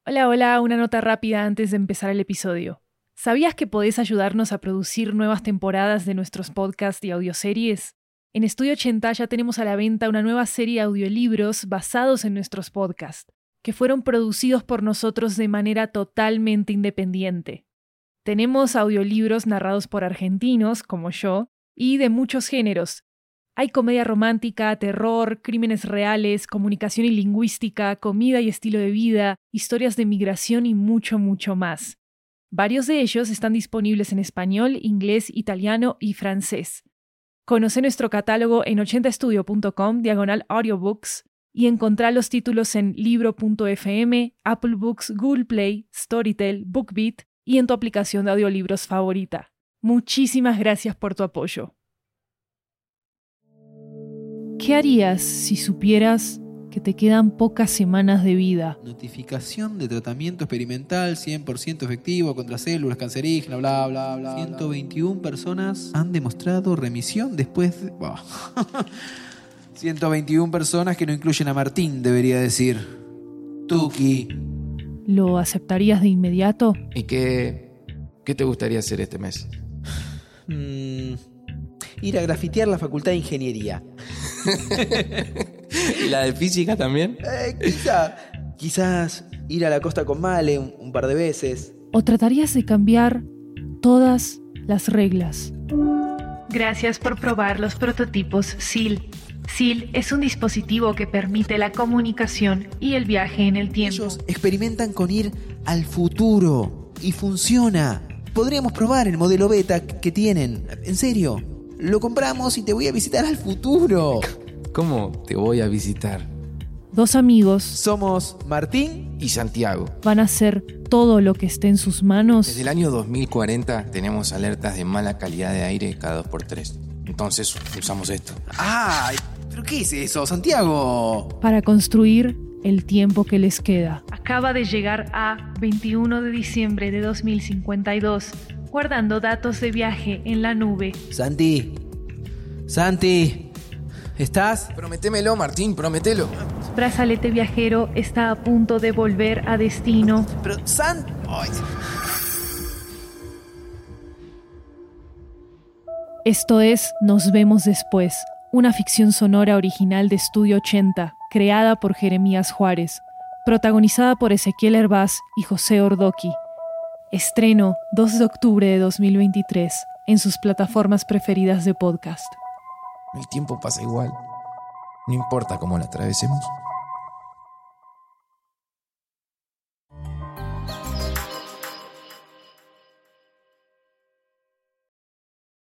Hola, hola, una nota rápida antes de empezar el episodio. ¿Sabías que podés ayudarnos a producir nuevas temporadas de nuestros podcasts y audioseries? En Estudio 80 ya tenemos a la venta una nueva serie de audiolibros basados en nuestros podcasts, que fueron producidos por nosotros de manera totalmente independiente. Tenemos audiolibros narrados por argentinos, como yo, y de muchos géneros. Hay comedia romántica, terror, crímenes reales, comunicación y lingüística, comida y estilo de vida, historias de migración y mucho, mucho más. Varios de ellos están disponibles en español, inglés, italiano y francés. Conoce nuestro catálogo en 80estudio.com/audiobooks y encontrá los títulos en libro.fm, Apple Books, Google Play, Storytel, BookBeat y en tu aplicación de audiolibros favorita. Muchísimas gracias por tu apoyo. ¿Qué harías si supieras que te quedan pocas semanas de vida? Notificación de tratamiento experimental 100% efectivo contra células cancerígenas, bla, bla, bla. 121 personas han demostrado remisión después de... 121 personas que no incluyen a Martín, debería decir. Tuki. ¿Lo aceptarías de inmediato? ¿Y qué te gustaría hacer este mes? Ir a grafitear la facultad de ingeniería. ¿Y la de física también? Quizás ir a la costa con Male un par de veces. ¿O tratarías de cambiar todas las reglas? Gracias por probar los prototipos SIL. SIL es un dispositivo que permite la comunicación y el viaje en el tiempo. Ellos experimentan con ir al futuro y funciona. Podríamos probar el modelo beta que tienen. En serio, lo compramos y te voy a visitar al futuro. ¿Cómo te voy a visitar? Dos amigos Somos Martín Y Santiago. van a hacer todo lo que esté en sus manos Desde el año 2040 tenemos alertas de mala calidad de aire cada 2x3. Entonces usamos esto. ¡Ay! ¿Pero qué es eso, Santiago? para construir el tiempo que les queda. Acaba de llegar a 21 de diciembre de 2052, guardando datos de viaje en la nube. Santi, ¿estás? Prométemelo, Martín, promételo. Brazalete viajero está a punto de volver a destino. Pero, Ay. Esto es Nos vemos después, una ficción sonora original de Estudio 80, creada por Jeremías Juárez, protagonizada por Ezequiel Hervás y José Ordoqui. Estreno 2 de octubre de 2023 en sus plataformas preferidas de podcast. El tiempo pasa igual. No importa cómo lo atravesemos.